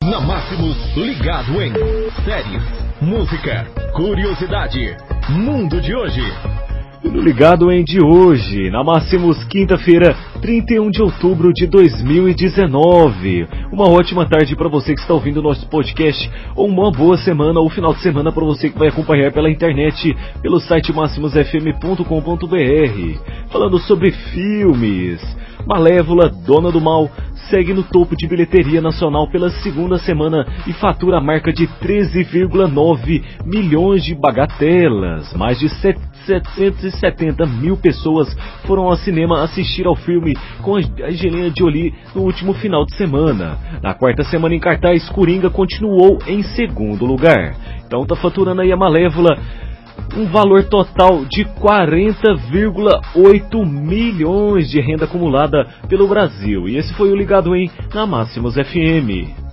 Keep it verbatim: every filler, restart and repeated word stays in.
Na Máximos, ligado em séries, música, curiosidade, mundo de hoje. E no Ligado em de hoje, na Máximos, quinta-feira, trinta e um de outubro de dois mil e dezenove. Uma ótima tarde para você que está ouvindo o nosso podcast, ou uma boa semana ou final de semana para você que vai acompanhar pela internet, pelo site máximos f m ponto com ponto b r. Falando sobre filmes, Malévola, Dona do Mal, segue no topo de bilheteria nacional pela segunda semana e fatura a marca de treze vírgula nove milhões de bagatelas. Mais de setecentos e setenta mil pessoas foram ao cinema assistir ao filme com a Angelina Jolie no último final de semana. Na quarta semana em cartaz, Coringa continuou em segundo lugar. Então tá faturando aí a Malévola um valor total de quarenta vírgula oito milhões de renda acumulada pelo Brasil. E esse foi o Ligado em na Máximos F M.